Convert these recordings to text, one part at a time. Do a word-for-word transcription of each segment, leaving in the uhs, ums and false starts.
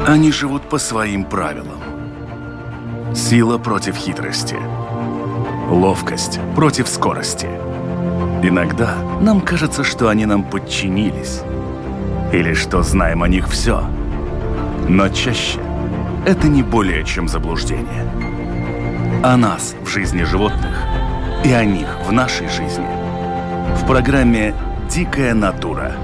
Они живут по своим правилам. Сила против хитрости. Ловкость против скорости. Иногда нам кажется, что они нам подчинились. Или что знаем о них все. Но чаще это не более чем заблуждение. О нас в жизни животных и о них в нашей жизни. В программе «Дикая натура».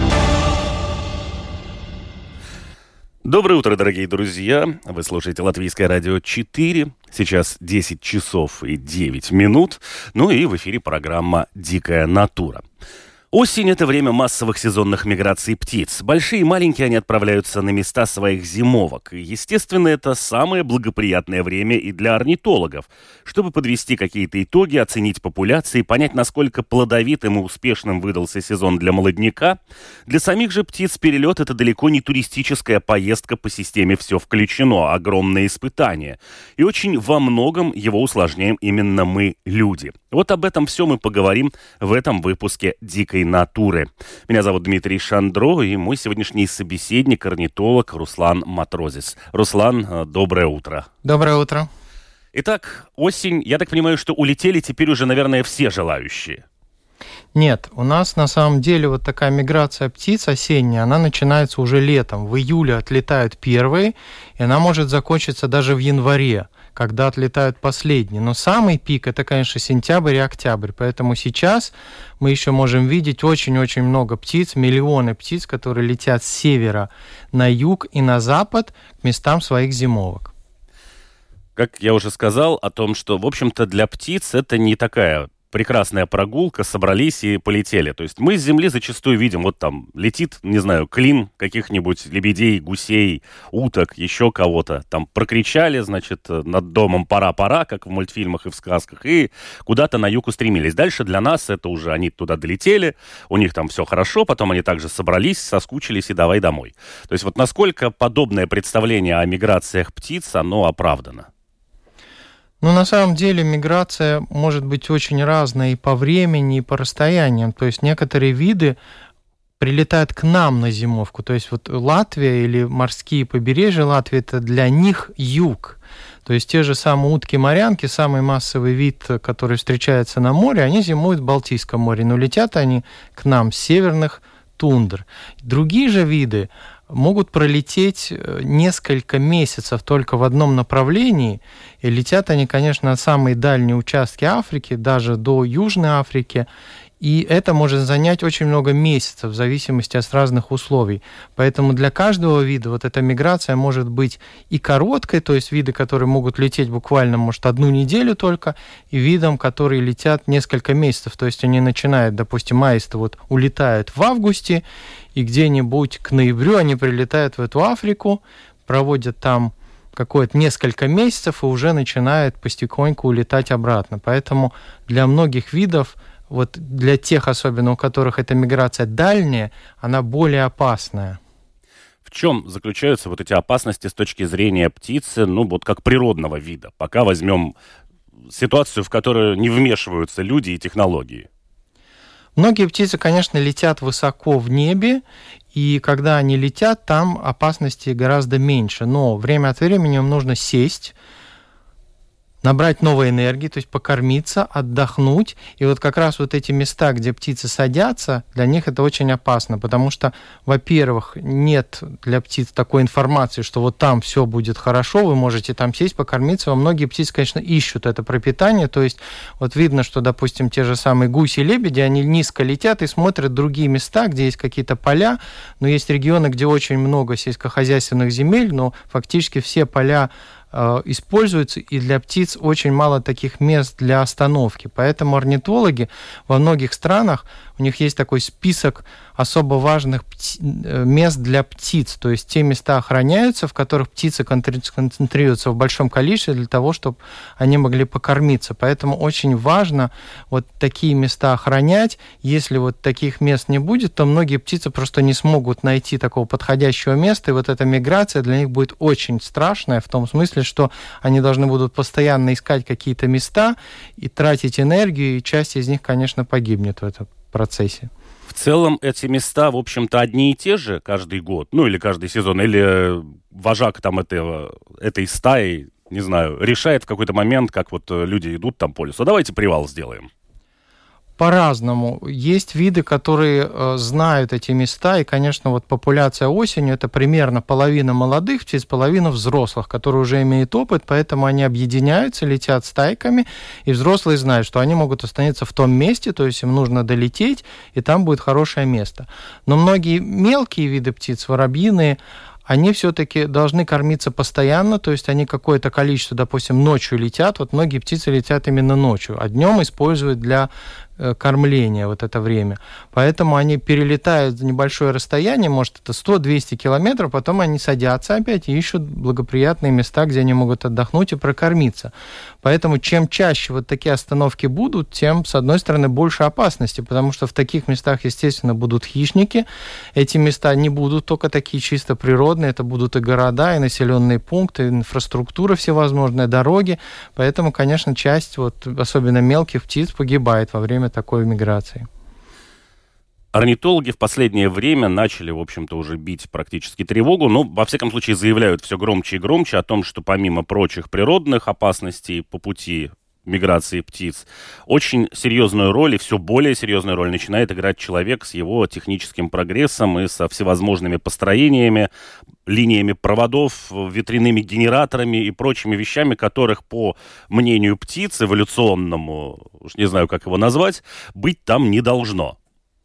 Доброе утро, дорогие друзья. Вы слушаете Латвийское радио четыре. Сейчас десять часов и девять минут. Ну и в эфире программа «Дикая натура». Осень – это время массовых сезонных миграций птиц. Большие и маленькие они отправляются на места своих зимовок. И, естественно, это самое благоприятное время и для орнитологов, чтобы подвести какие-то итоги, оценить популяции, понять, насколько плодовитым и успешным выдался сезон для молодняка. Для самих же птиц перелет – это далеко не туристическая поездка по системе «все включено», огромное испытание. И очень во многом его усложняем именно мы, люди. Вот об этом все мы поговорим в этом выпуске «Дикой натуры». Меня зовут Дмитрий Шандро, и мой сегодняшний собеседник, орнитолог Руслан Матрозис. Руслан, доброе утро. Доброе утро. Итак, осень. Я так понимаю, что улетели теперь уже, наверное, все желающие. Нет, у нас на самом деле вот такая миграция птиц осенняя, она начинается уже летом. В июле отлетают первые, и она может закончиться даже в январе, когда отлетают последние. Но самый пик – это, конечно, сентябрь и октябрь. Поэтому сейчас мы еще можем видеть очень-очень много птиц, миллионы птиц, которые летят с севера на юг и на запад к местам своих зимовок. Как я уже сказал о том, что, в общем-то, для птиц это не такая прекрасная прогулка, собрались и полетели. То есть мы с земли зачастую видим, вот там летит, не знаю, клин каких-нибудь лебедей, гусей, уток, еще кого-то. Там прокричали, значит, над домом «пора-пора», как в мультфильмах и в сказках, и куда-то на юг устремились. Дальше для нас это уже они туда долетели, у них там все хорошо, потом они также собрались, соскучились и давай домой. То есть вот насколько подобное представление о миграциях птиц, оно оправдано? Ну, на самом деле, миграция может быть очень разная и по времени, и по расстояниям. То есть некоторые виды прилетают к нам на зимовку. То есть вот Латвия или морские побережья Латвии – это для них юг. То есть те же самые утки-морянки, самый массовый вид, который встречается на море, они зимуют в Балтийском море, но летят они к нам с северных тундр. Другие же виды могут пролететь несколько месяцев только в одном направлении, и летят они, конечно, на самые дальние участки Африки, даже до Южной Африки, и это может занять очень много месяцев в зависимости от разных условий. Поэтому для каждого вида вот эта миграция может быть и короткой, то есть виды, которые могут лететь буквально, может, одну неделю только, и видам, которые летят несколько месяцев. То есть они начинают, допустим, аисты вот улетают в августе, и где-нибудь к ноябрю они прилетают в эту Африку, проводят там какое-то несколько месяцев и уже начинают потихоньку улетать обратно. Поэтому для многих видов, вот для тех особенно, у которых эта миграция дальняя, она более опасная. В чем заключаются вот эти опасности с точки зрения птицы, ну вот как природного вида? Пока возьмем ситуацию, в которую не вмешиваются люди и технологии. Многие птицы, конечно, летят высоко в небе, и когда они летят, там опасности гораздо меньше. Но время от времени им нужно сесть, набрать новой энергии, то есть покормиться, отдохнуть. И вот как раз вот эти места, где птицы садятся, для них это очень опасно, потому что, во-первых, нет для птиц такой информации, что вот там все будет хорошо, вы можете там сесть, покормиться. Во многие птицы, конечно, ищут это пропитание, то есть вот видно, что, допустим, те же самые гуси и лебеди, они низко летят и смотрят другие места, где есть какие-то поля, но есть регионы, где очень много сельскохозяйственных земель, но фактически все поля используются, и для птиц очень мало таких мест для остановки. Поэтому орнитологи во многих странах, у них есть такой список особо важных пти- мест для птиц. То есть те места охраняются, в которых птицы концентрируются в большом количестве для того, чтобы они могли покормиться. Поэтому очень важно вот такие места охранять. Если вот таких мест не будет, то многие птицы просто не смогут найти такого подходящего места, и вот эта миграция для них будет очень страшная, в том смысле, что они должны будут постоянно искать какие-то места и тратить энергию, и часть из них, конечно, погибнет в этом процессе. В целом эти места, в общем-то, одни и те же каждый год, ну или каждый сезон, или вожак там этого, этой стаи, не знаю, решает в какой-то момент, как вот люди идут там по лесу. Давайте привал сделаем. По-разному. Есть виды, которые э, знают эти места, и, конечно, вот популяция осенью – это примерно половина молодых птиц, половина взрослых, которые уже имеют опыт, поэтому они объединяются, летят стайками, и взрослые знают, что они могут остановиться в том месте, то есть им нужно долететь, и там будет хорошее место. Но многие мелкие виды птиц, воробьиные, они все-таки должны кормиться постоянно, то есть они какое-то количество, допустим, ночью летят, вот многие птицы летят именно ночью, а днем используют для кормления вот это время. Поэтому они перелетают за небольшое расстояние, может, это сто-двести километров, потом они садятся опять и ищут благоприятные места, где они могут отдохнуть и прокормиться. Поэтому чем чаще вот такие остановки будут, тем, с одной стороны, больше опасности, потому что в таких местах, естественно, будут хищники. Эти места не будут только такие чисто природные, это будут и города, и населенные пункты, и инфраструктура всевозможные, дороги. Поэтому, конечно, часть, вот, особенно мелких птиц, погибает во время такой миграции. Орнитологи в последнее время начали, в общем-то, уже бить практически тревогу, но, во всяком случае, заявляют все громче и громче о том, что помимо прочих природных опасностей по пути миграции птиц, очень серьезную роль и все более серьезную роль начинает играть человек с его техническим прогрессом и со всевозможными построениями, линиями проводов, ветряными генераторами и прочими вещами, которых, по мнению птиц, эволюционному, уж не знаю, как его назвать, быть там не должно.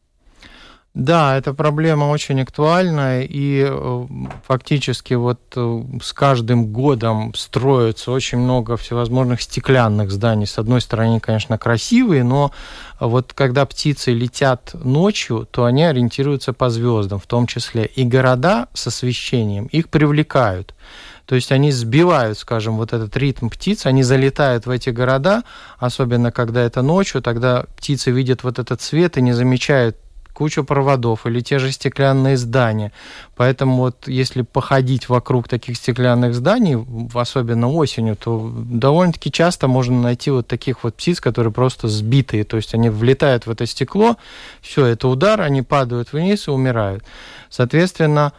Да, эта проблема очень актуальна, и э, фактически вот э, с каждым годом строится очень много всевозможных стеклянных зданий. С одной стороны, они, конечно, красивые, но вот когда птицы летят ночью, то они ориентируются по звездам, в том числе и города с освещением, их привлекают. То есть они сбивают, скажем, вот этот ритм птиц, они залетают в эти города, особенно когда это ночью, тогда птицы видят вот этот свет и не замечают кучу проводов или те же стеклянные здания. Поэтому вот если походить вокруг таких стеклянных зданий, особенно осенью, то довольно-таки часто можно найти вот таких вот птиц, которые просто сбитые. То есть они влетают в это стекло, все, это удар, они падают вниз и умирают. Соответственно,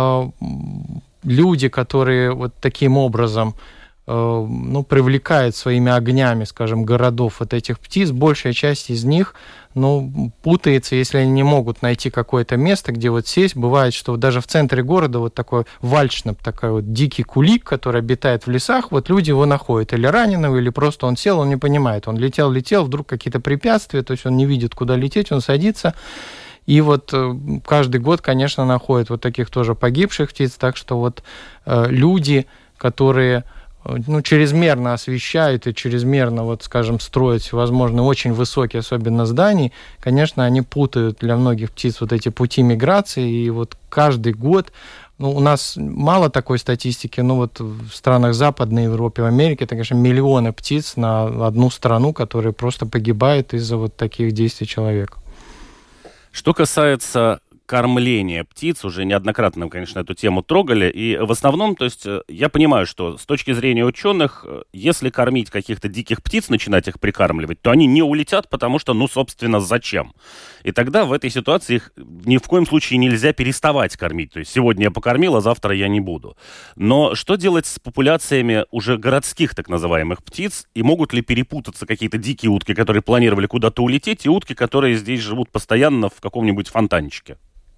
люди, которые вот таким образом ну, привлекают своими огнями, скажем, городов вот этих птиц, большая часть из них, ну, путается, если они не могут найти какое-то место, где вот сесть. Бывает, что даже в центре города вот такой вальшнеп, такой вот дикий кулик, который обитает в лесах, вот люди его находят, или раненого, или просто он сел, он не понимает, он летел-летел, вдруг какие-то препятствия, то есть он не видит, куда лететь, он садится. И вот каждый год, конечно, находят вот таких тоже погибших птиц, так что вот э, люди, которые ну, чрезмерно освещают и чрезмерно, вот, скажем, строят всевозможные очень высокие, особенно зданий, конечно, они путают для многих птиц вот эти пути миграции, и вот каждый год, ну, у нас мало такой статистики, но вот в странах Западной Европы, в Америке, это, конечно, миллионы птиц на одну страну, которые просто погибают из-за вот таких действий человека. Что касается кормления птиц, уже неоднократно, конечно, эту тему трогали, и в основном, то есть, я понимаю, что с точки зрения ученых, если кормить каких-то диких птиц, начинать их прикармливать, то они не улетят, потому что, ну, собственно, зачем? И тогда в этой ситуации их ни в коем случае нельзя переставать кормить, то есть сегодня я покормил, а завтра я не буду. Но что делать с популяциями уже городских так называемых птиц, и могут ли перепутаться какие-то дикие утки, которые планировали куда-то улететь, и утки, которые здесь живут постоянно в каком-нибудь фонтанчике?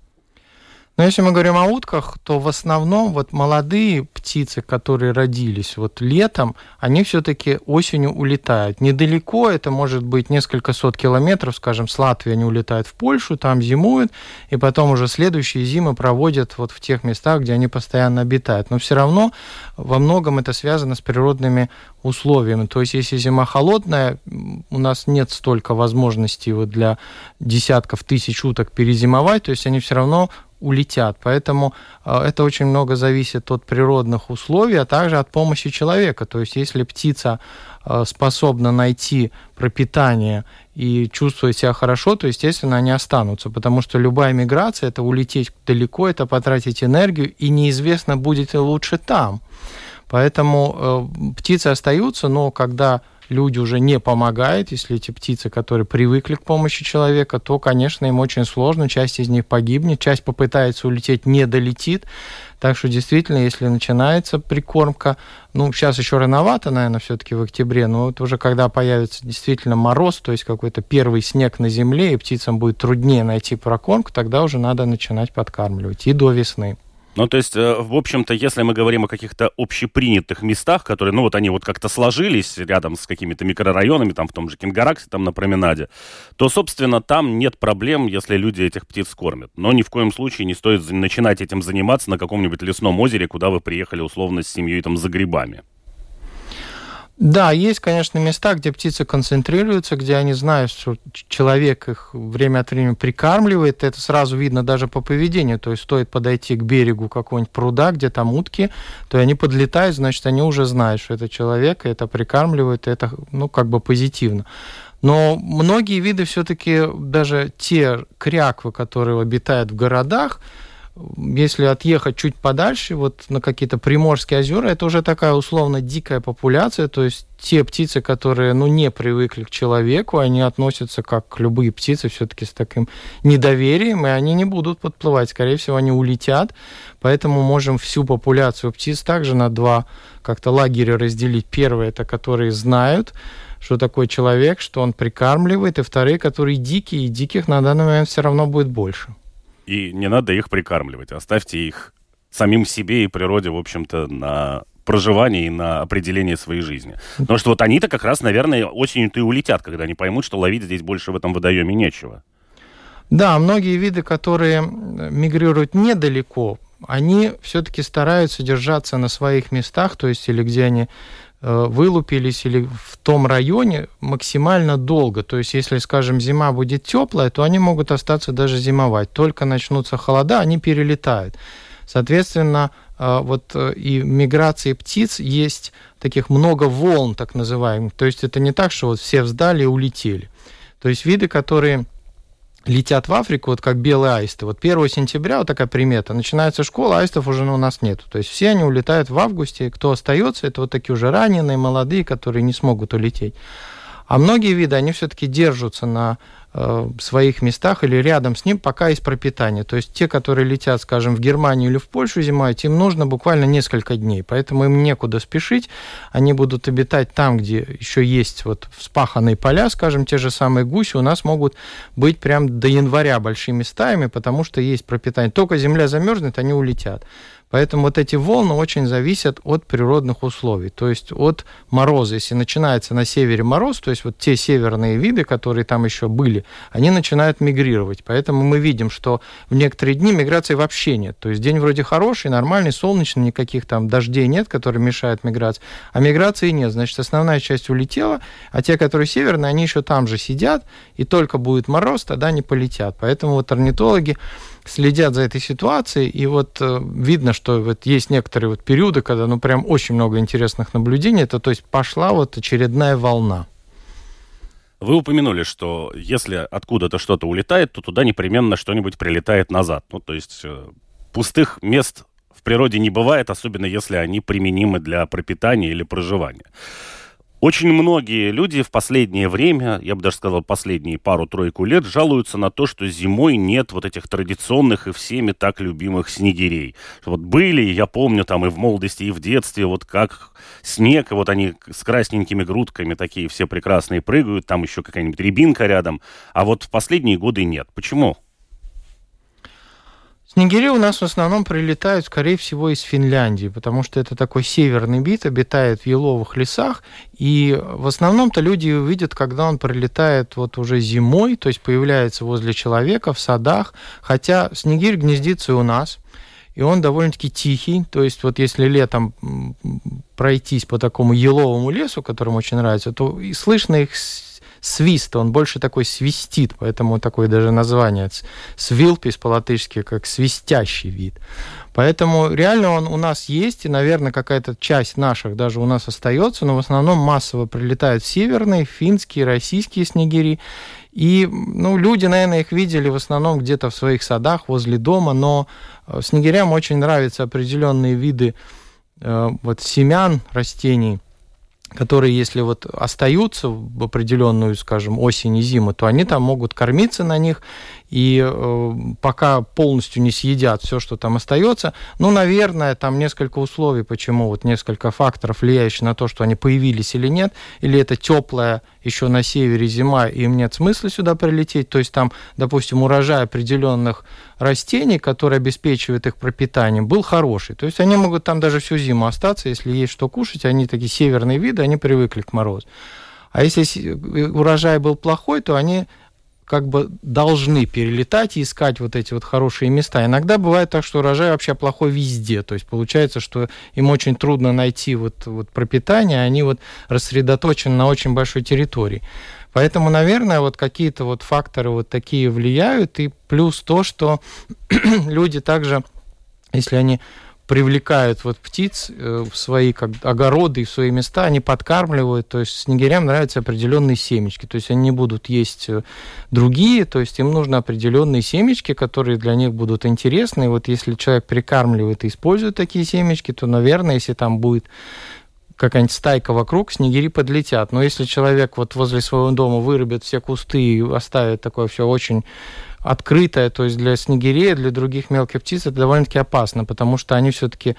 Но если мы говорим о утках, то в основном вот молодые птицы, которые родились вот летом, они все-таки осенью улетают. Недалеко, это может быть несколько сот километров, скажем, с Латвии они улетают в Польшу, там зимуют, и потом уже следующие зимы проводят вот в тех местах, где они постоянно обитают. Но все равно во многом это связано с природными условиями. То есть если зима холодная, у нас нет столько возможностей вот для десятков тысяч уток перезимовать, то есть они все равно улетят. Поэтому э, это очень много зависит от природных условий, а также от помощи человека. То есть если птица э, способна найти пропитание и чувствует себя хорошо, то, естественно, они останутся. Потому что любая миграция – это улететь далеко, это потратить энергию, и неизвестно, будет ли лучше там. Поэтому э, птицы остаются, но когда люди уже не помогают, если эти птицы, которые привыкли к помощи человека, то, конечно, им очень сложно, часть из них погибнет, часть попытается улететь, не долетит. Так что, действительно, если начинается прикормка, ну, сейчас еще рановато, наверное, все-таки в октябре, но вот уже когда появится действительно мороз, то есть какой-то первый снег на земле, и птицам будет труднее найти прокормку, тогда уже надо начинать подкармливать и до весны. Ну, то есть, в общем-то, если мы говорим о каких-то общепринятых местах, которые, ну, вот они вот как-то сложились рядом с какими-то микрорайонами, там в том же Кингараксе, там на променаде, то, собственно, там нет проблем, если люди этих птиц кормят. Но ни в коем случае не стоит начинать этим заниматься на каком-нибудь лесном озере, куда вы приехали, условно, с семьей там за грибами. Да, есть, конечно, места, где птицы концентрируются, где они знают, что человек их время от времени прикармливает. Это сразу видно даже по поведению. То есть стоит подойти к берегу какого-нибудь пруда, где там утки, то они подлетают, значит, они уже знают, что это человек, и это прикармливает, и это, ну, как бы позитивно. Но многие виды все-таки, даже те кряквы, которые обитают в городах, если отъехать чуть подальше, вот на какие-то Приморские озера, это уже такая условно дикая популяция, то есть те птицы, которые, ну, не привыкли к человеку, они относятся, как любые птицы, все-таки с таким недоверием, и они не будут подплывать, скорее всего, они улетят, поэтому можем всю популяцию птиц также на два как-то лагеря разделить. Первые, это которые знают, что такое человек, что он прикармливает, и вторые, которые дикие, и диких на данный момент все равно будет больше. И не надо их прикармливать. Оставьте их самим себе и природе, в общем-то, на проживание и на определение своей жизни. Потому что вот они-то как раз, наверное, осенью-то и улетят, когда они поймут, что ловить здесь больше в этом водоеме нечего. Да, многие виды, которые мигрируют недалеко, они все-таки стараются держаться на своих местах, то есть или где они вылупились, или в том районе максимально долго. То есть, если, скажем, зима будет теплая, то они могут остаться даже зимовать. Только начнутся холода, они перелетают. Соответственно, вот и в миграции птиц есть таких много волн, так называемых. То есть, это не так, что вот все вздали и улетели. То есть, виды, которые летят в Африку, вот как белые аисты. Вот первого сентября, вот такая примета, начинается школа, аистов уже у нас нету. То есть все они улетают в августе, и кто остается, это вот такие уже раненые, молодые, которые не смогут улететь. А многие виды, они все-таки держатся на э, своих местах или рядом с ним, пока есть пропитание. То есть те, которые летят, скажем, в Германию или в Польшу зимой, им нужно буквально несколько дней, поэтому им некуда спешить. Они будут обитать там, где еще есть вот вспаханные поля, скажем, те же самые гуси у нас могут быть прям до января большими стаями, потому что есть пропитание. Только земля замерзнет, они улетят. Поэтому вот эти волны очень зависят от природных условий, то есть от мороза. Если начинается на севере мороз, то есть вот те северные виды, которые там еще были, они начинают мигрировать. Поэтому мы видим, что в некоторые дни миграции вообще нет. То есть день вроде хороший, нормальный, солнечный, никаких там дождей нет, которые мешают миграции, а миграции нет. Значит, основная часть улетела, а те, которые северные, они еще там же сидят, и только будет мороз, тогда они полетят. Поэтому вот орнитологи следят за этой ситуацией, и вот э, видно, что вот есть некоторые вот периоды, когда, ну, прям очень много интересных наблюдений, это, то есть, пошла вот очередная волна. Вы упомянули, что если откуда-то что-то улетает, то туда непременно что-нибудь прилетает назад. Ну, то есть, э, пустых мест в природе не бывает, особенно если они применимы для пропитания или проживания. Очень многие люди в последнее время, я бы даже сказал, последние пару-тройку лет, жалуются на то, что зимой нет вот этих традиционных и всеми так любимых снегирей. Вот были, я помню, там и в молодости, и в детстве, вот как снег, и вот они с красненькими грудками такие все прекрасные прыгают, там еще какая-нибудь рябинка рядом, а вот в последние годы нет. Почему? Снегири у нас в основном прилетают, скорее всего, из Финляндии, потому что это такой северный вид, обитает в еловых лесах, и в основном-то люди его видят, когда он прилетает вот уже зимой, то есть появляется возле человека, в садах, хотя снегирь гнездится и у нас, и он довольно-таки тихий, то есть вот если летом пройтись по такому еловому лесу, которому очень нравится, то и слышно их свист, он больше такой свистит, поэтому такое даже название свилпис по-латышски, как свистящий вид. Поэтому реально он у нас есть, и, наверное, какая-то часть наших даже у нас остается, но в основном массово прилетают северные, финские, российские снегири. И, ну, люди, наверное, их видели в основном где-то в своих садах, возле дома, но снегирям очень нравятся определенные виды э, вот, семян растений, которые, если вот остаются в определенную, скажем, осень и зиму, то они там могут кормиться на них, и э, пока полностью не съедят все, что там остается, ну, наверное, там несколько условий, почему, вот несколько факторов, влияющих на то, что они появились или нет, или это теплая еще на севере зима, и им нет смысла сюда прилететь, то есть там, допустим, урожай определенных растений, которые обеспечивают их пропитанием, был хороший, то есть они могут там даже всю зиму остаться, если есть что кушать, они такие северные виды, они привыкли к морозу. А если урожай был плохой, то они как бы должны перелетать и искать вот эти вот хорошие места. Иногда бывает так, что урожай вообще плохой везде, то есть получается, что им очень трудно найти вот, вот пропитание, они вот рассредоточены на очень большой территории. Поэтому, наверное, вот какие-то вот факторы вот такие влияют, и плюс то, что люди также, если они привлекают вот птиц в свои как, огороды и в свои места, они подкармливают, то есть снегирям нравятся определенные семечки, то есть они не будут есть другие, то есть им нужны определенные семечки, которые для них будут интересны, и вот если человек прикармливает и использует такие семечки, то, наверное, если там будет какая-нибудь стайка вокруг, снегири подлетят. Но если человек вот возле своего дома вырубит все кусты и оставит такое все очень открытое, то есть для снегирей, для других мелких птиц это довольно-таки опасно, потому что они все-таки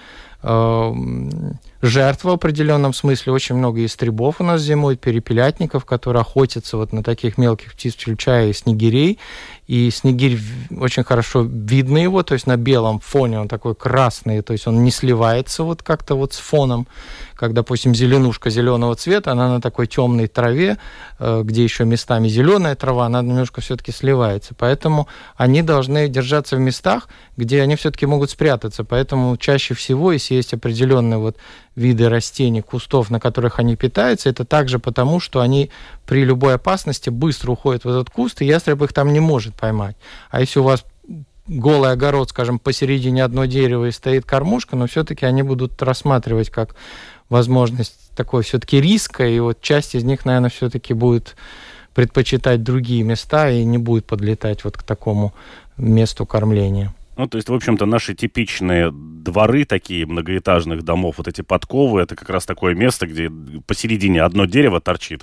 э, жертва в определенном смысле. Очень много истребов у нас зимует, перепелятников, которые охотятся вот на таких мелких птиц, включая и снегирей. И снегирь очень хорошо видно его, то есть на белом фоне он такой красный, то есть он не сливается вот как-то вот с фоном, как, допустим, зеленушка зеленого цвета, она на такой темной траве, где еще местами зеленая трава, она немножко все-таки сливается. Поэтому они должны держаться в местах, где они все-таки могут спрятаться. Поэтому чаще всего, если есть определенные вот виды растений, кустов, на которых они питаются, это также потому, что они при любой опасности быстро уходят в этот куст, и ястреб их там не может поймать. А если у вас голый огород, скажем, посередине одно дерево и стоит кормушка, но все-таки они будут рассматривать как возможность такой все-таки риска, и вот часть из них, наверное, все-таки будет предпочитать другие места и не будет подлетать вот к такому месту кормления. Ну, то есть, в общем-то, наши типичные дворы такие многоэтажных домов, вот эти подковы, это как раз такое место, где посередине одно дерево торчит.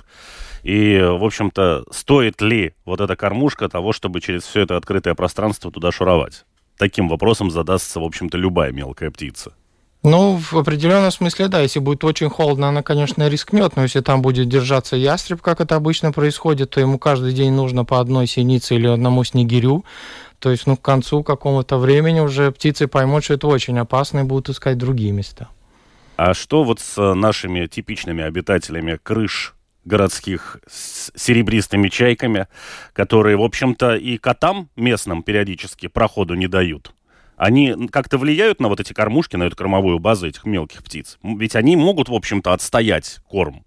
И, в общем-то, стоит ли вот эта кормушка того, чтобы через все это открытое пространство туда шуровать? Таким вопросом задастся, в общем-то, любая мелкая птица. Ну, в определенном смысле, да. Если будет очень холодно, она, конечно, рискнет, но если там будет держаться ястреб, как это обычно происходит, то ему каждый день нужно по одной синице или одному снегирю. То есть, ну, к концу какого-то времени уже птицы поймут, что это очень опасно, и будут искать другие места. А что вот с нашими типичными обитателями крыш городских, с серебристыми чайками, которые, в общем-то, и котам местным периодически проходу не дают? Они как-то влияют на вот эти кормушки, на эту кормовую базу этих мелких птиц? Ведь они могут, в общем-то, отстоять корм.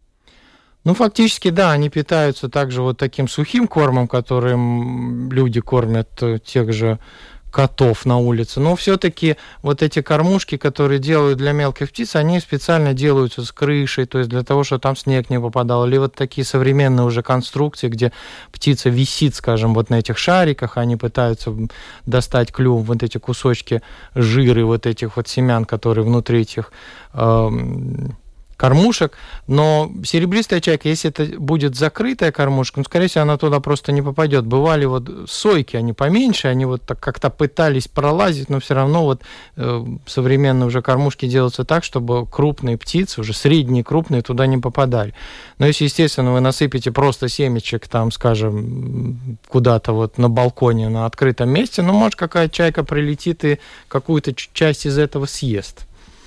Ну, фактически, да, они питаются также вот таким сухим кормом, которым люди кормят тех же котов на улице. Но все-таки вот эти кормушки, которые делают для мелких птиц, они специально делаются с крышей, то есть для того, чтобы там снег не попадал. Или вот такие современные уже конструкции, где птица висит, скажем, вот на этих шариках, они пытаются достать клювом вот эти кусочки жира, вот этих вот семян, которые внутри этих эм, кормушек, но серебристая чайка, если это будет закрытая кормушка, ну, скорее всего, она туда просто не попадет. Бывали вот сойки, они поменьше, они вот так как-то пытались пролазить, но все равно вот э, современные уже кормушки делаются так, чтобы крупные птицы, уже средние, крупные, туда не попадали. Но если, естественно, вы насыпете просто семечек там, скажем, куда-то вот на балконе, на открытом месте, ну, может, какая-то чайка прилетит и какую-то часть из этого съест.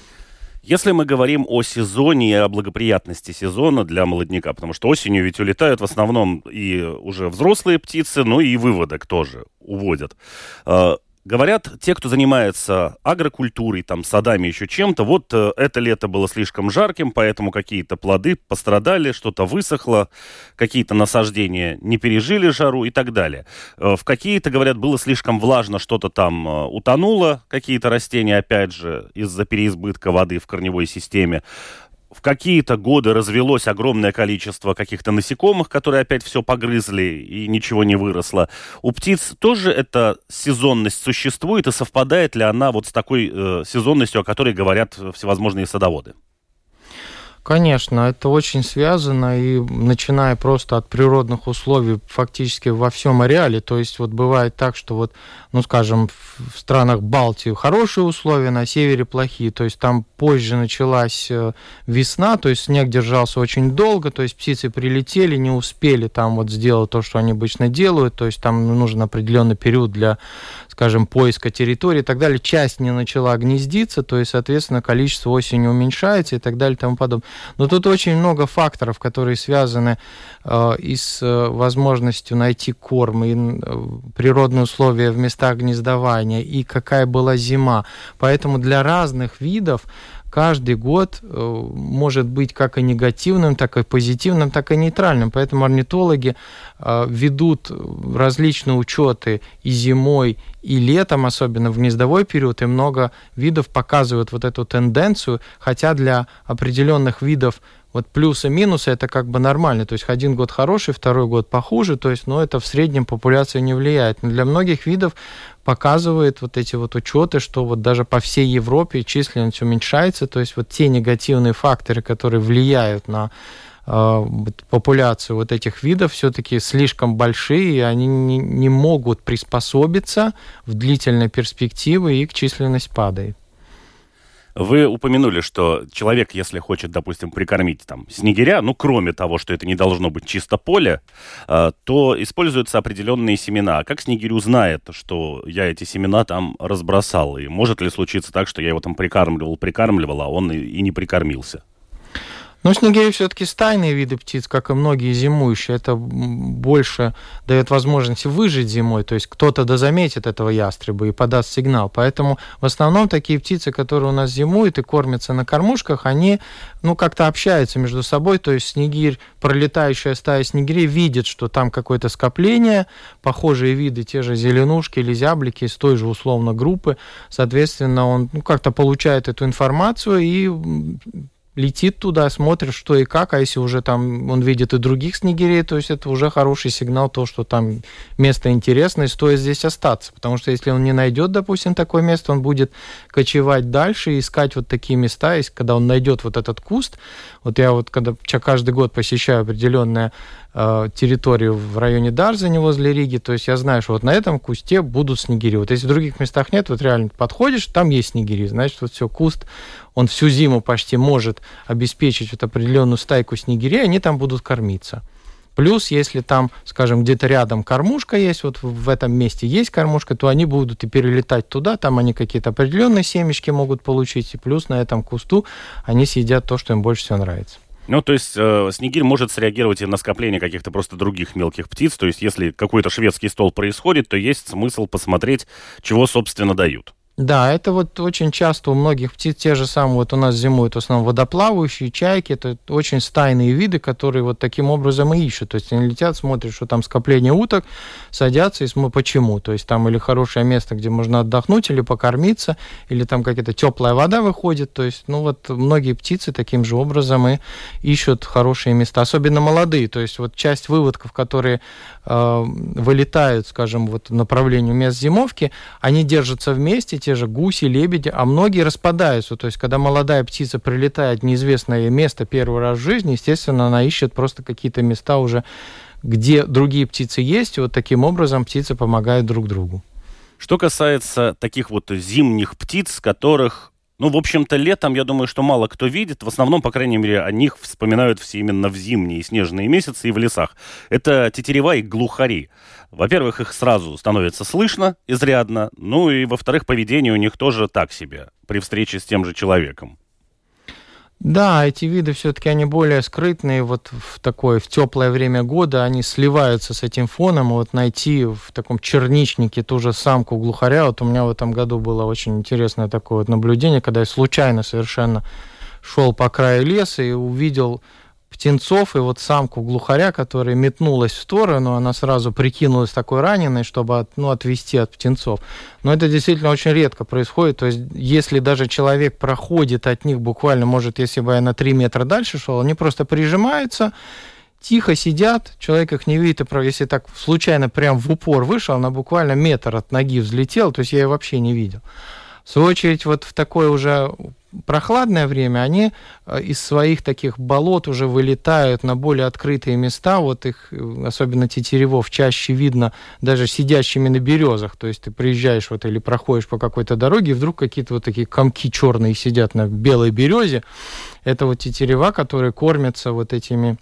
Если мы говорим о сезоне и о благоприятности сезона для молодняка, потому что осенью ведь улетают в основном и уже взрослые птицы, ну и выводок тоже уводят. Говорят, те, кто занимается агрокультурой, там, садами, еще чем-то, вот э, это лето было слишком жарким, поэтому какие-то плоды пострадали, что-то высохло, какие-то насаждения не пережили жару и так далее. Э, в какие-то, говорят, было слишком влажно, что-то там э, утонуло, какие-то растения, опять же, из-за переизбытка воды в корневой системе. В какие-то годы развелось огромное количество каких-то насекомых, которые опять все погрызли и ничего не выросло. У птиц тоже эта сезонность существует, и совпадает ли она вот с такой э, сезонностью, о которой говорят всевозможные садоводы? Конечно, это очень связано, и начиная просто от природных условий фактически во всем ареале. То есть вот бывает так, что вот, ну скажем, в странах Балтии хорошие условия, на севере плохие. То есть там позже началась весна, то есть снег держался очень долго, то есть птицы прилетели, не успели там вот сделать то, что они обычно делают, то есть там нужен определенный период для, скажем, поиска территории и так далее. Часть не начала гнездиться, то есть, соответственно, количество осенью уменьшается и так далее и тому подобное. Но тут очень много факторов, которые связаны э, и с э, возможностью найти корм, и э, природные условия в местах гнездования, и какая была зима. Поэтому для разных видов каждый год э, может быть как и негативным, так и позитивным, так и нейтральным. Поэтому орнитологи э, ведут различные учеты и зимой, и летом, особенно в гнездовой период, и много видов показывают вот эту тенденцию, хотя для определенных видов вот плюсы и минусы это как бы нормально, то есть один год хороший, второй год похуже, то есть, но это в среднем популяция не влияет. Но для многих видов показывает вот эти вот учеты, что вот даже по всей Европе численность уменьшается, то есть вот те негативные факторы, которые влияют на э, популяцию вот этих видов, все-таки слишком большие, и они не, не могут приспособиться в длительной перспективе, и их численность падает. Вы упомянули, что человек, если хочет, допустим, прикормить там снегиря, ну, кроме того, что это не должно быть чисто поле, то используются определенные семена. А как снегирь узнает, что я эти семена там разбросал? И может ли случиться так, что я его там прикармливал, прикармливал, а он и, и не прикормился? Но снегири все-таки стайные виды птиц, как и многие зимующие. Это больше дает возможность выжить зимой. То есть кто-то дозаметит этого ястреба и подаст сигнал. Поэтому в основном такие птицы, которые у нас зимуют и кормятся на кормушках, они ну, как-то общаются между собой. То есть снегирь, пролетающая стая снегирей, видит, что там какое-то скопление, похожие виды, те же зеленушки или зяблики из той же условно группы. Соответственно, он ну, как-то получает эту информацию и летит туда, смотрит, что и как, а если уже там он видит и других снегирей, то есть это уже хороший сигнал, то, что там место интересное, стоит здесь остаться, потому что если он не найдет, допустим, такое место, он будет кочевать дальше и искать вот такие места, и когда он найдет вот этот куст, вот я вот когда каждый год посещаю определенное территорию в районе Дарзани возле Риги, то есть я знаю, что вот на этом кусте будут снегири. Вот если в других местах нет, вот реально подходишь, там есть снегири, значит, вот все, куст, он всю зиму почти может обеспечить вот определенную стайку снегирей, они там будут кормиться. Плюс, если там, скажем, где-то рядом кормушка есть, вот в этом месте есть кормушка, то они будут и перелетать туда, там они какие-то определенные семечки могут получить, и плюс на этом кусту они съедят то, что им больше всего нравится. Ну, то есть э, снегирь может среагировать и на скопление каких-то просто других мелких птиц. То есть если какой-то шведский стол происходит, то есть смысл посмотреть, чего, собственно, дают. Да, это вот очень часто у многих птиц те же самые, вот у нас зимуют в основном водоплавающие, чайки, это очень стайные виды, которые вот таким образом и ищут, то есть они летят, смотрят, что там скопление уток, садятся и смотрят, почему, то есть там или хорошее место, где можно отдохнуть, или покормиться, или там какая-то теплая вода выходит, то есть, ну вот многие птицы таким же образом и ищут хорошие места, особенно молодые, то есть вот часть выводков, которые э, вылетают, скажем, вот в направлении мест зимовки, они держатся вместе, те же гуси, лебеди, а многие распадаются. То есть, когда молодая птица прилетает в неизвестное место первый раз в жизни, естественно, она ищет просто какие-то места уже, где другие птицы есть, и вот таким образом птицы помогают друг другу. Что касается таких вот зимних птиц, которых, ну, в общем-то, летом, я думаю, что мало кто видит. В основном, по крайней мере, о них вспоминают все именно в зимние снежные месяцы и в лесах. Это тетерева и глухари. Во-первых, их сразу становится слышно изрядно. Ну и, во-вторых, поведение у них тоже так себе при встрече с тем же человеком. Да, эти виды все-таки они более скрытные, вот в такое, в теплое время года они сливаются с этим фоном, и вот найти в таком черничнике ту же самку глухаря, вот у меня в этом году было очень интересное такое вот наблюдение, когда я случайно совершенно шел по краю леса и увидел птенцов, и вот самку глухаря, которая метнулась в сторону, она сразу прикинулась такой раненой, чтобы ну, отвести от птенцов. Но это действительно очень редко происходит. То есть, если даже человек проходит от них буквально, может, если бы я на три метра дальше шел, они просто прижимаются, тихо сидят, человек их не видит, и если так случайно прям в упор вышел, она буквально метр от ноги взлетела, то есть я ее вообще не видел. В свою очередь, вот в такое уже прохладное время они из своих таких болот уже вылетают на более открытые места. Вот их, особенно тетеревов, чаще видно даже сидящими на березах. То есть ты приезжаешь вот или проходишь по какой-то дороге, и вдруг какие-то вот такие комки черные сидят на белой березе. Это вот тетерева, которые кормятся вот этими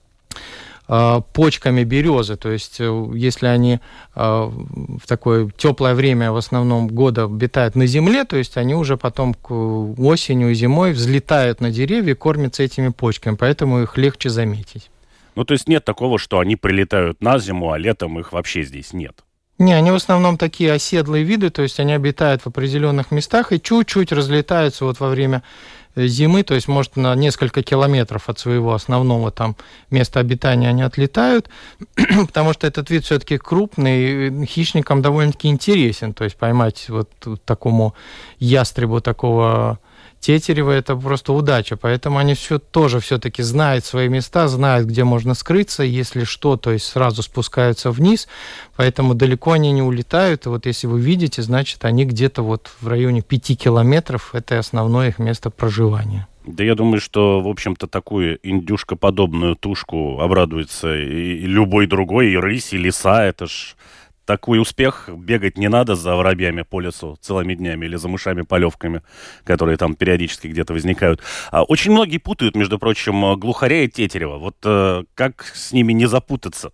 почками березы, то есть если они в такое теплое время в основном года обитают на земле, то есть они уже потом к осенью и зимой взлетают на деревья и кормятся этими почками, поэтому их легче заметить. Ну, то есть нет такого, что они прилетают на зиму, а летом их вообще здесь нет? Не, они в основном такие оседлые виды, то есть они обитают в определенных местах и чуть-чуть разлетаются вот во время зимы, то есть, может, на несколько километров от своего основного там места обитания они отлетают, потому что этот вид все-таки крупный, хищникам довольно-таки интересен, то есть поймать вот такому ястребу, такого тетерева, это просто удача, поэтому они все тоже все-таки знают свои места, знают, где можно скрыться, если что, то есть сразу спускаются вниз, поэтому далеко они не улетают, и вот если вы видите, значит, они где-то вот в районе пяти километров, это основное их место проживания. Да я думаю, что, в общем-то, такую индюшкоподобную тушку обрадуется и любой другой, и рысь, и лиса, это ж... Такой успех, бегать не надо за воробьями по лесу целыми днями или за мышами-полевками, которые там периодически где-то возникают. А очень многие путают, между прочим, глухаря и тетерева. Вот э, как с ними не запутаться?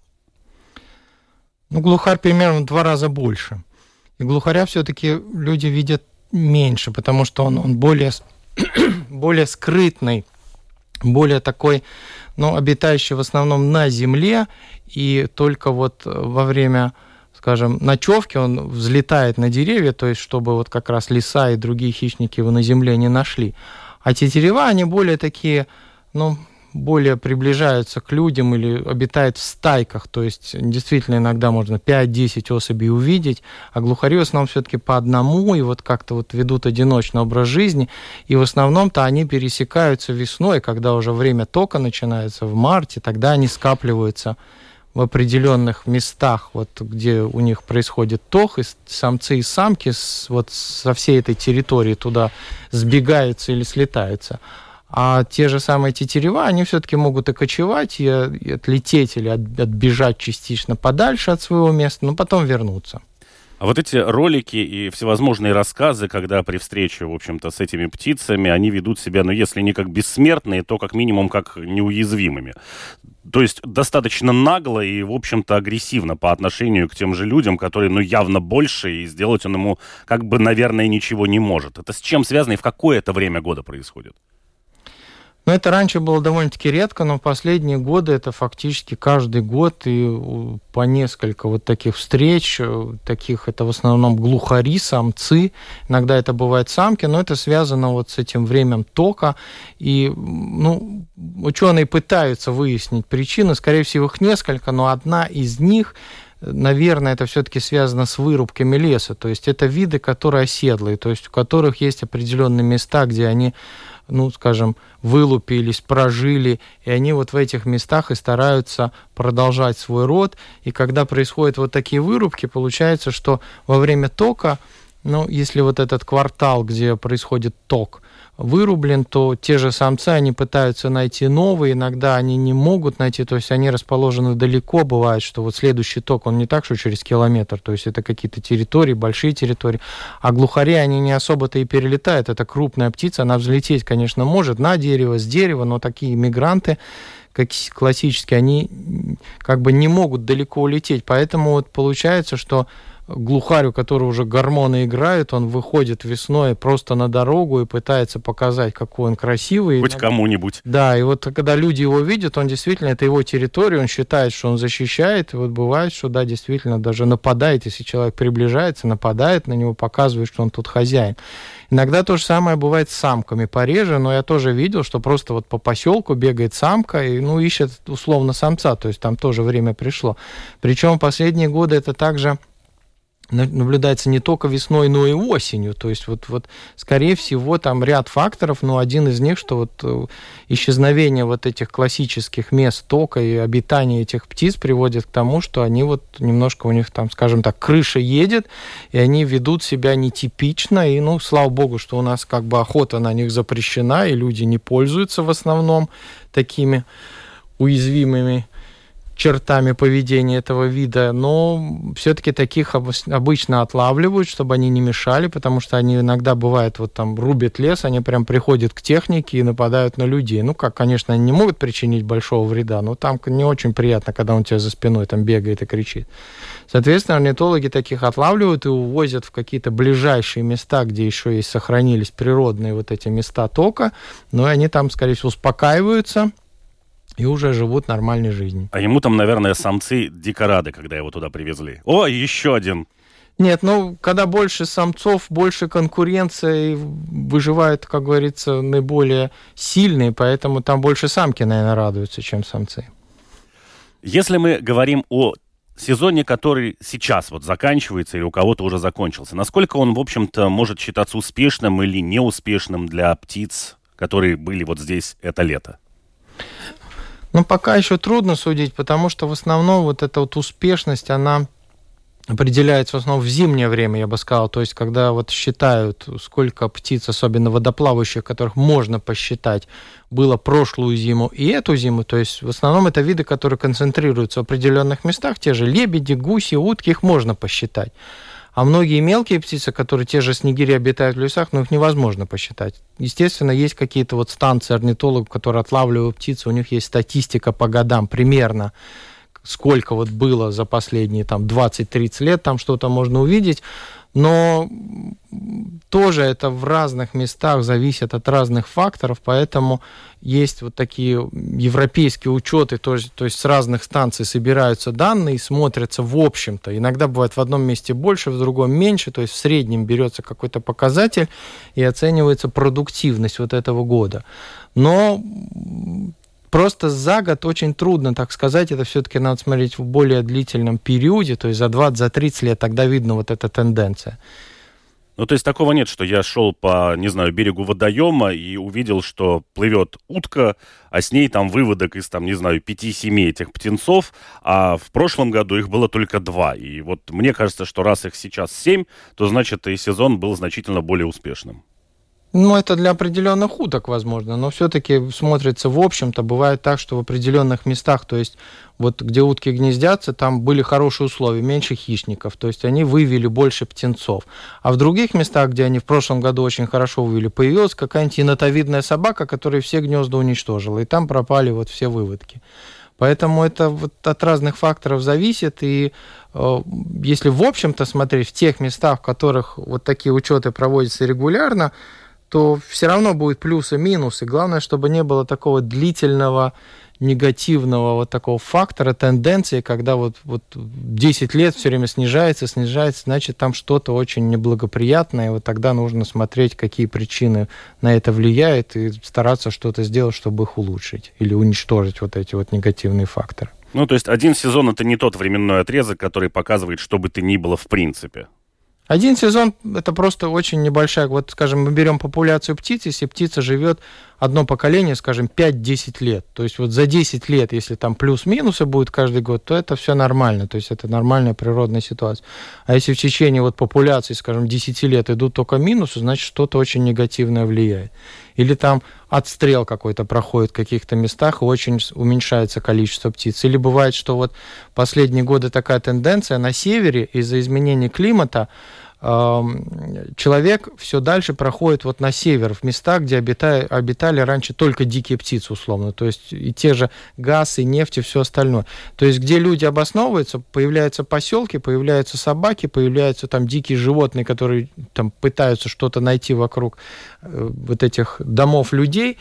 Ну, глухарь примерно в два раза больше. И глухаря все-таки люди видят меньше, потому что он, он более, более скрытный, более такой, ну, обитающий в основном на земле, и только вот во время, скажем, ночевки он взлетает на деревья, то есть чтобы вот как раз лиса и другие хищники его на земле не нашли. А тетерева, они более такие, ну, более приближаются к людям или обитают в стайках, то есть действительно иногда можно пять-десять особей увидеть, а глухари в основном все-таки по одному и вот как-то вот ведут одиночный образ жизни, и в основном-то они пересекаются весной, когда уже время тока начинается в марте, тогда они скапливаются в определенных местах, вот, где у них происходит тох, и самцы и самки с, вот, со всей этой территории туда сбегаются или слетаются. А те же самые тетерева, они все-таки могут и кочевать, и, и отлететь или от, отбежать частично подальше от своего места, но потом вернуться. А вот эти ролики и всевозможные рассказы, когда при встрече, в общем-то, с этими птицами, они ведут себя, ну, если не как бессмертные, то как минимум как неуязвимыми. То есть достаточно нагло и, в общем-то, агрессивно по отношению к тем же людям, которые, ну, явно больше, и сделать он ему, как бы, наверное, ничего не может. Это с чем связано и в какое это время года происходит? Ну, это раньше было довольно-таки редко, но в последние годы это фактически каждый год и по несколько вот таких встреч, таких это в основном глухари, самцы, иногда это бывают самки, но это связано вот с этим временем тока, и, ну, ученые пытаются выяснить причины, скорее всего, их несколько, но одна из них, наверное, это все-таки связано с вырубками леса, то есть это виды, которые оседлые, то есть у которых есть определенные места, где они, ну, скажем, вылупились, прожили, и они вот в этих местах и стараются продолжать свой род. И когда происходят вот такие вырубки, получается, что во время тока, ну, если вот этот квартал, где происходит ток, вырублен, то те же самцы, они пытаются найти новые, иногда они не могут найти, то есть они расположены далеко, бывает, что вот следующий ток, он не так, что через километр, то есть это какие-то территории, большие территории, а глухари, они не особо-то и перелетают, это крупная птица, она взлететь, конечно, может на дерево, с дерева, но такие мигранты, как классические, они как бы не могут далеко улететь, поэтому вот получается, что глухарь, у которого уже гормоны играют, он выходит весной просто на дорогу и пытается показать, какой он красивый. Хоть кому-нибудь. Да, и вот когда люди его видят, он действительно, это его территория, он считает, что он защищает, и вот бывает, что, да, действительно, даже нападает, если человек приближается, нападает на него, показывает, что он тут хозяин. Иногда то же самое бывает с самками, пореже, но я тоже видел, что просто вот по поселку бегает самка и, ну, ищет условно самца, то есть там тоже время пришло. Причем в последние годы это также наблюдается не только весной, но и осенью. То есть, вот, вот, скорее всего, там ряд факторов, но один из них, что вот исчезновение вот этих классических мест тока и обитания этих птиц приводит к тому, что они вот немножко у них там, скажем так, крыша едет, и они ведут себя нетипично, и, ну, слава богу, что у нас как бы охота на них запрещена, и люди не пользуются в основном такими уязвимыми чертами поведения этого вида, но все-таки таких обычно отлавливают, чтобы они не мешали, потому что они иногда, бывает, вот там рубят лес, они прям приходят к технике и нападают на людей. Ну, как, конечно, они не могут причинить большого вреда, но там не очень приятно, когда он тебя за спиной там бегает и кричит. Соответственно, орнитологи таких отлавливают и увозят в какие-то ближайшие места, где еще есть, сохранились природные вот эти места тока, но они там, скорее всего, успокаиваются и уже живут нормальной жизнью. А ему там, наверное, самцы дико рады, когда его туда привезли. О, еще один. Нет, ну, когда больше самцов, больше конкуренция, и выживают, как говорится, наиболее сильные, поэтому там больше самки, наверное, радуются, чем самцы. Если мы говорим о сезоне, который сейчас вот заканчивается или у кого-то уже закончился, насколько он, в общем-то, может считаться успешным или неуспешным для птиц, которые были вот здесь это лето? Ну, пока еще трудно судить, потому что в основном вот эта вот успешность, она определяется в основном в зимнее время, я бы сказал. То есть, когда вот считают, сколько птиц, особенно водоплавающих, которых можно посчитать, было прошлую зиму и эту зиму. То есть, в основном это виды, которые концентрируются в определенных местах. Те же лебеди, гуси, утки, их можно посчитать. А многие мелкие птицы, которые те же снегири обитают в лесах, ну, их невозможно посчитать. Естественно, есть какие-то вот станции орнитологов, которые отлавливают птицы, у них есть статистика по годам примерно, сколько вот было за последние там двадцать-тридцать лет, там что-то можно увидеть. Но тоже это в разных местах зависит от разных факторов, поэтому есть вот такие европейские учеты, то есть, то есть с разных станций собираются данные и смотрятся в общем-то. Иногда бывает в одном месте больше, в другом меньше, то есть в среднем берется какой-то показатель и оценивается продуктивность вот этого года. Но просто за год очень трудно так сказать, это все-таки надо смотреть в более длительном периоде, то есть за двадцать, за тридцать лет, тогда видно вот эта тенденция. Ну, то есть такого нет, что я шел по, не знаю, берегу водоема и увидел, что плывет утка, а с ней там выводок из, там, не знаю, пяти-семи этих птенцов, а в прошлом году их было только два. И вот мне кажется, что раз их сейчас семь, то значит и сезон был значительно более успешным. Ну, это для определенных уток, возможно, но все-таки смотрится в общем-то. Бывает так, что в определенных местах, то есть вот где утки гнездятся, там были хорошие условия, меньше хищников, то есть они вывели больше птенцов. А в других местах, где они в прошлом году очень хорошо вывели, появилась какая-нибудь енотовидная собака, которая все гнезда уничтожила, и там пропали вот все выводки. Поэтому это вот от разных факторов зависит, и э, если в общем-то смотреть в тех местах, в которых вот такие учеты проводятся регулярно, то все равно будет плюсы и минусы. Главное, чтобы не было такого длительного негативного вот такого фактора, тенденции, когда вот, вот десять лет все время снижается, снижается, значит, там что-то очень неблагоприятное, и вот тогда нужно смотреть, какие причины на это влияют, и стараться что-то сделать, чтобы их улучшить или уничтожить вот эти вот негативные факторы. Ну, то есть один сезон — это не тот временной отрезок, который показывает, что бы то ни было в принципе. Один сезон – это просто очень небольшая, вот, скажем, мы берем популяцию птиц, если птица живет одно поколение, скажем, пять-десять лет, то есть вот за десять лет, если там плюс-минусы будет каждый год, то это все нормально, то есть это нормальная природная ситуация. А если в течение вот популяции, скажем, десяти лет идут только минусы, значит, что-то очень негативное влияет. Или там отстрел какой-то проходит в каких-то местах, и очень уменьшается количество птиц. Или бывает, что вот последние годы такая тенденция на севере из-за изменения климата э, человек все дальше проходит вот на север, в места, где обитали, обитали раньше только дикие птицы, условно. То есть и те же газ, и нефть, и все остальное. То есть где люди обосновываются, появляются поселки, появляются собаки, появляются там дикие животные, которые там пытаются что-то найти вокруг э, вот этих домов людей.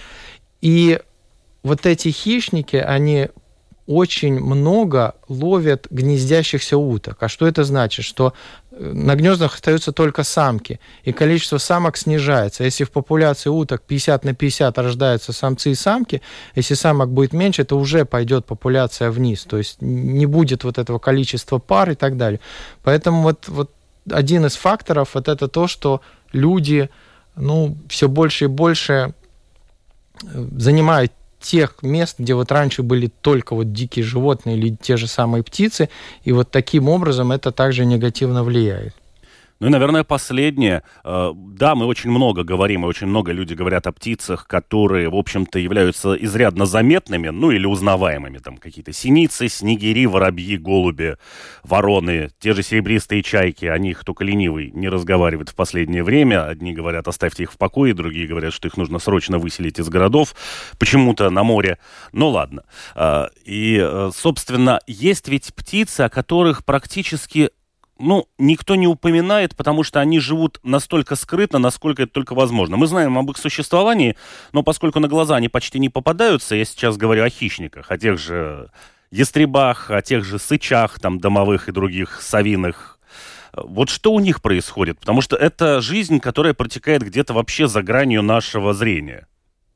И вот эти хищники, они очень много ловят гнездящихся уток. А что это значит? Что на гнездах остаются только самки, и количество самок снижается. Если в популяции уток пятьдесят на пятьдесят рождаются самцы и самки, если самок будет меньше, то уже пойдет популяция вниз. То есть не будет вот этого количества пар и так далее. Поэтому вот, вот один из факторов вот это то, что люди, ну, все больше и больше занимают тех мест, где вот раньше были только вот дикие животные или те же самые птицы, и вот таким образом это также негативно влияет. Ну и, наверное, последнее. Да, мы очень много говорим, и очень много люди говорят о птицах, которые, в общем-то, являются изрядно заметными, ну или узнаваемыми. Там какие-то синицы, снегири, воробьи, голуби, вороны, те же серебристые чайки. О них только ленивый не разговаривает в последнее время. Одни говорят, оставьте их в покое, другие говорят, что их нужно срочно выселить из городов, почему-то на море. Ну ладно. И, собственно, есть ведь птицы, о которых практически... Ну, никто не упоминает, потому что они живут настолько скрытно, насколько это только возможно. Мы знаем об их существовании, но поскольку на глаза они почти не попадаются, я сейчас говорю о хищниках, о тех же ястребах, о тех же сычах, там, домовых и других совиных. Вот что у них происходит? Потому что это жизнь, которая протекает где-то вообще за гранью нашего зрения.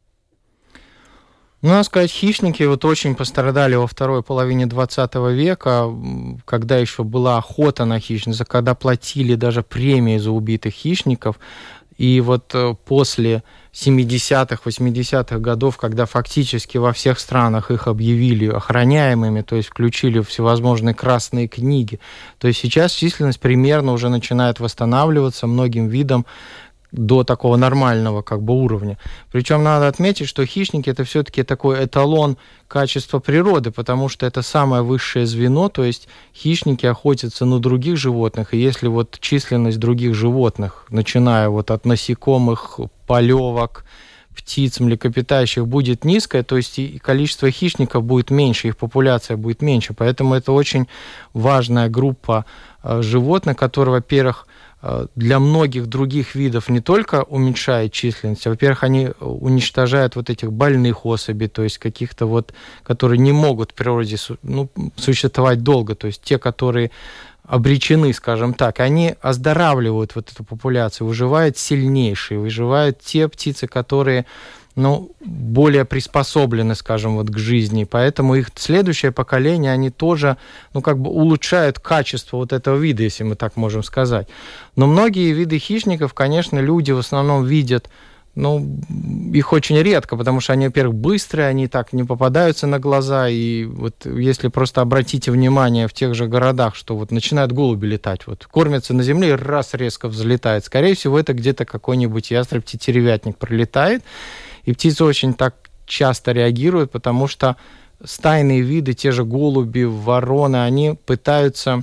Ну, надо сказать, хищники вот очень пострадали во второй половине двадцатого века, когда еще была охота на хищников, когда платили даже премии за убитых хищников. И вот после семидесятых, восьмидесятых годов, когда фактически во всех странах их объявили охраняемыми, то есть включили всевозможные красные книги, то есть сейчас численность примерно уже начинает восстанавливаться многим видам до такого нормального как бы уровня. Причем надо отметить, что хищники это все-таки такой эталон качества природы, потому что это самое высшее звено, то есть хищники охотятся на других животных, и если вот численность других животных, начиная вот от насекомых, полевок, птиц, млекопитающих будет низкое, то есть и количество хищников будет меньше, их популяция будет меньше, поэтому это очень важная группа животных, которые, во-первых, для многих других видов не только уменьшает численность, а, во-первых, они уничтожают вот этих больных особей, то есть каких-то вот, которые не могут в природе ну, существовать долго, то есть те, которые обречены, скажем так, они оздоравливают вот эту популяцию, выживают сильнейшие, выживают те птицы, которые ну, более приспособлены, скажем, вот к жизни, поэтому их следующее поколение, они тоже, ну, как бы улучшают качество вот этого вида, если мы так можем сказать. Но многие виды хищников, конечно, люди в основном видят, ну, их очень редко, потому что они, во-первых, быстрые, они так не попадаются на глаза, и вот если просто обратите внимание в тех же городах, что вот начинают голуби летать, вот кормятся на земле и раз резко взлетает, скорее всего, это где-то какой-нибудь ястреб-тетеревятник пролетает, и птицы очень так часто реагируют, потому что стайные виды, те же голуби, вороны, они пытаются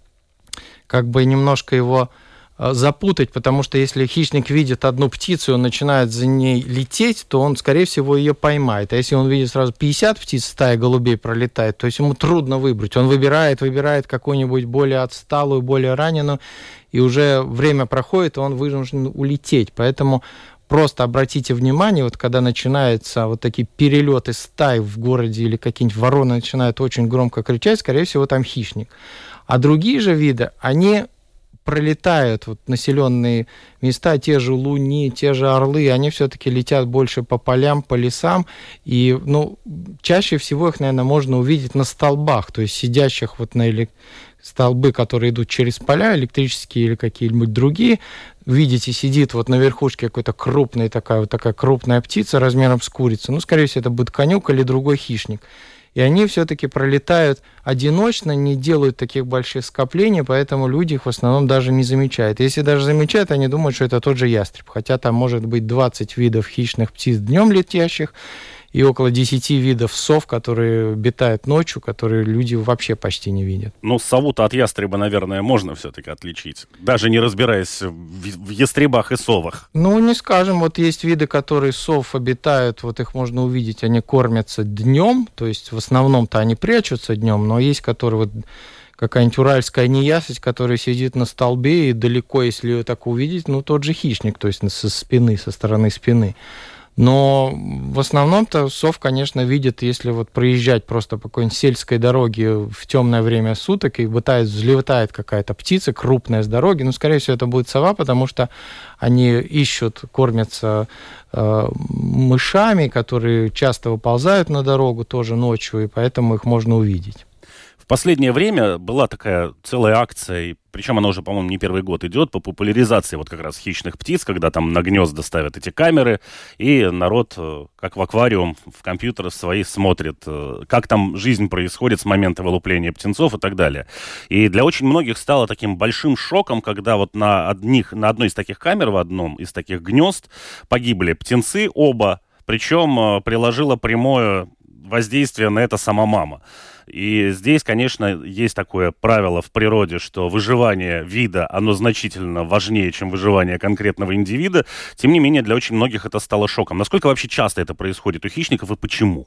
как бы немножко его запутать, потому что если хищник видит одну птицу, и он начинает за ней лететь, то он, скорее всего, ее поймает. А если он видит сразу пятьдесят птиц, стая голубей пролетает, то есть ему трудно выбрать. Он выбирает, выбирает какую-нибудь более отсталую, более раненую, и уже время проходит, и он вынужден улететь. Поэтому просто обратите внимание, вот когда начинаются вот такие перелеты стай в городе или какие-нибудь вороны начинают очень громко кричать, скорее всего, там хищник. А другие же виды, они пролетают, вот населенные места, те же луни, те же орлы, они все-таки летят больше по полям, по лесам, и, ну, чаще всего их, наверное, можно увидеть на столбах, то есть сидящих вот на электро... столбы, которые идут через поля, электрические или какие-нибудь другие, видите, сидит вот на верхушке какой-то крупный, такая вот такая крупная птица размером с курицу, ну, скорее всего, это будет конюк или другой хищник. И они все-таки пролетают одиночно, не делают таких больших скоплений, поэтому люди их в основном даже не замечают. Если даже замечают, они думают, что это тот же ястреб, хотя там может быть двадцать видов хищных птиц днем летящих, и около десяти видов сов, которые обитают ночью, которые люди вообще почти не видят. Ну, сову-то от ястреба, наверное, можно все-таки отличить, даже не разбираясь в ястребах и совах. Ну, не скажем, вот есть виды, которые сов обитают, вот их можно увидеть, они кормятся днем, то есть в основном-то они прячутся днем, но есть, которые вот какая-нибудь уральская неясыть, которая сидит на столбе, и далеко, если ее так увидеть, ну, тот же хищник, то есть со спины, со стороны спины. Но в основном-то сов, конечно, видят, если вот проезжать просто по какой-нибудь сельской дороге в темное время суток, и вытает, взлетает какая-то птица крупная с дороги, ну, скорее всего, это будет сова, потому что они ищут, кормятся э, мышами, которые часто выползают на дорогу тоже ночью, и поэтому их можно увидеть. В последнее время была такая целая акция, причем она уже, по-моему, не первый год идет, по популяризации вот как раз хищных птиц, когда там на гнезда ставят эти камеры, и народ, как в аквариум, в компьютер свои смотрит, как там жизнь происходит с момента вылупления птенцов и так далее. И для очень многих стало таким большим шоком, когда вот на, одних, на одной из таких камер, в одном из таких гнезд погибли птенцы оба, причем приложила прямое воздействие на это сама мама. И здесь, конечно, есть такое правило в природе, что выживание вида, оно значительно важнее, чем выживание конкретного индивида. Тем не менее, для очень многих это стало шоком. Насколько вообще часто это происходит у хищников и почему?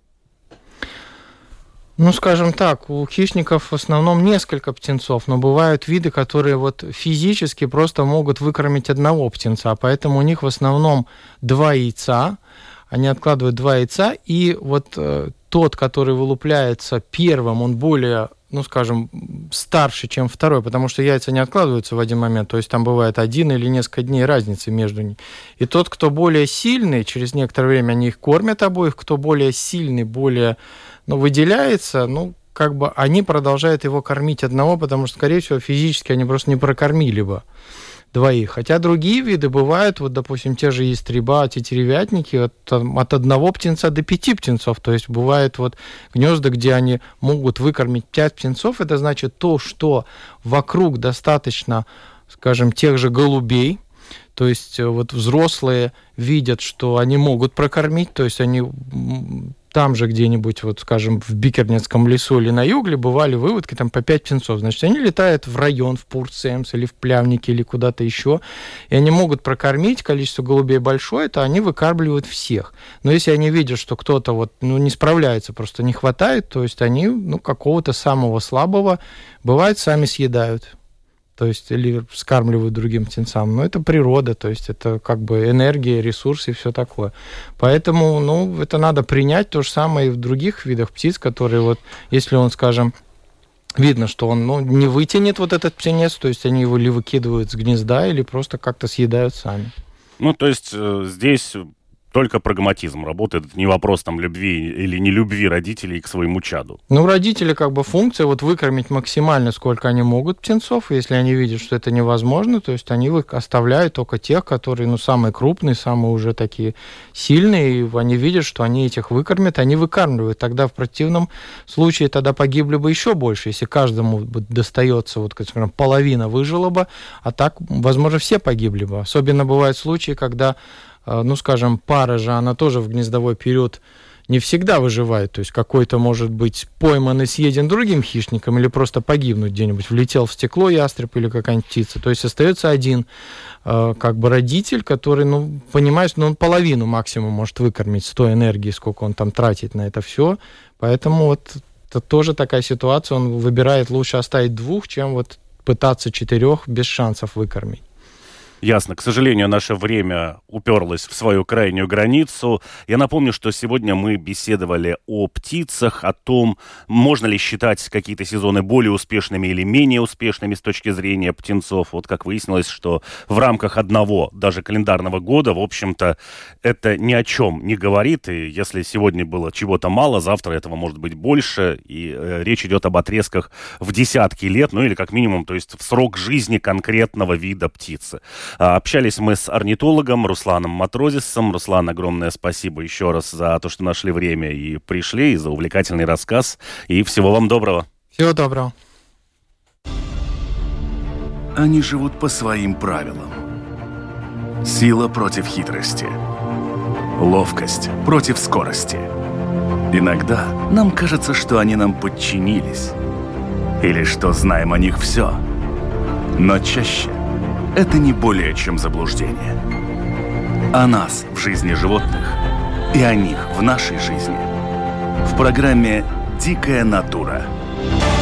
Ну, скажем так, у хищников в основном несколько птенцов, но бывают виды, которые вот физически просто могут выкормить одного птенца, поэтому у них в основном два яйца, они откладывают два яйца, и вот э, тот, который вылупляется первым, он более, ну, скажем, старше, чем второй, потому что яйца не откладываются в один момент, то есть там бывает один или несколько дней разницы между ними. И тот, кто более сильный, через некоторое время они их кормят обоих, кто более сильный, более, ну, выделяется, ну, как бы они продолжают его кормить одного, потому что, скорее всего, физически они просто не прокормили бы двоих. Хотя другие виды бывают, вот, допустим, те же ястреба, тетеревятники, от, от одного птенца до пяти птенцов. То есть бывают вот гнезда, где они могут выкормить пять птенцов. Это значит то, что вокруг достаточно, скажем, тех же голубей. То есть вот взрослые видят, что они могут прокормить, то есть они там же где-нибудь, вот, скажем, в Бикернецком лесу или на Югле бывали выводки там по пять птенцов. Значит, они летают в район, в Пурт-Семс или в Плявнике или куда-то еще, и они могут прокормить, количество голубей большое, то они выкармливают всех. Но если они видят, что кто-то вот, ну, не справляется, просто не хватает, то есть они, ну, какого-то самого слабого, бывает, сами съедают. То есть или скармливают другим птенцам. Но это природа, то есть это как бы энергия, ресурсы и все такое. Поэтому, ну, это надо принять. То же самое и в других видах птиц, которые вот, если он, скажем, видно, что он, ну, не вытянет вот этот птенец, то есть они его или выкидывают с гнезда, или просто как-то съедают сами. Ну, то есть э, здесь только прагматизм работает. Это не вопрос там любви или не любви родителей к своему чаду. Ну, родители как бы функция вот выкормить максимально, сколько они могут птенцов. Если они видят, что это невозможно, то есть они оставляют только тех, которые, ну, самые крупные, самые уже такие сильные, и они видят, что они этих выкормят, они выкармливают. Тогда в противном случае тогда погибли бы еще больше, если каждому достается, вот, скажем, половина выжила бы, а так, возможно, все погибли бы. Особенно бывают случаи, когда, ну, скажем, пара же, она тоже в гнездовой период не всегда выживает. То есть какой-то может быть пойман и съеден другим хищником или просто погибнуть где-нибудь. Влетел в стекло ястреб или какая-нибудь птица. То есть остается один как бы родитель, который, ну, понимаешь, ну, он половину максимум может выкормить с той энергии, сколько он там тратит на это все. Поэтому вот это тоже такая ситуация. Он выбирает лучше оставить двух, чем вот пытаться четырех без шансов выкормить. Ясно. К сожалению, наше время уперлось в свою крайнюю границу. Я напомню, что сегодня мы беседовали о птицах, о том, можно ли считать какие-то сезоны более успешными или менее успешными с точки зрения птенцов. Вот как выяснилось, что в рамках одного даже календарного года, в общем-то, это ни о чем не говорит. И если сегодня было чего-то мало, завтра этого может быть больше. И э, речь идет об отрезках в десятки лет, ну или как минимум, то есть в срок жизни конкретного вида птицы. Общались мы с орнитологом Русланом Матрозисом. Руслан, огромное спасибо еще раз за то, что нашли время и пришли, и за увлекательный рассказ. И всего вам доброго. Всего доброго. Они живут по своим правилам. Сила против хитрости. Ловкость против скорости. Иногда нам кажется, что они нам подчинились. Или что знаем о них все. Но чаще это не более чем заблуждение. О нас в жизни животных и о них в нашей жизни. В программе «Дикая натура».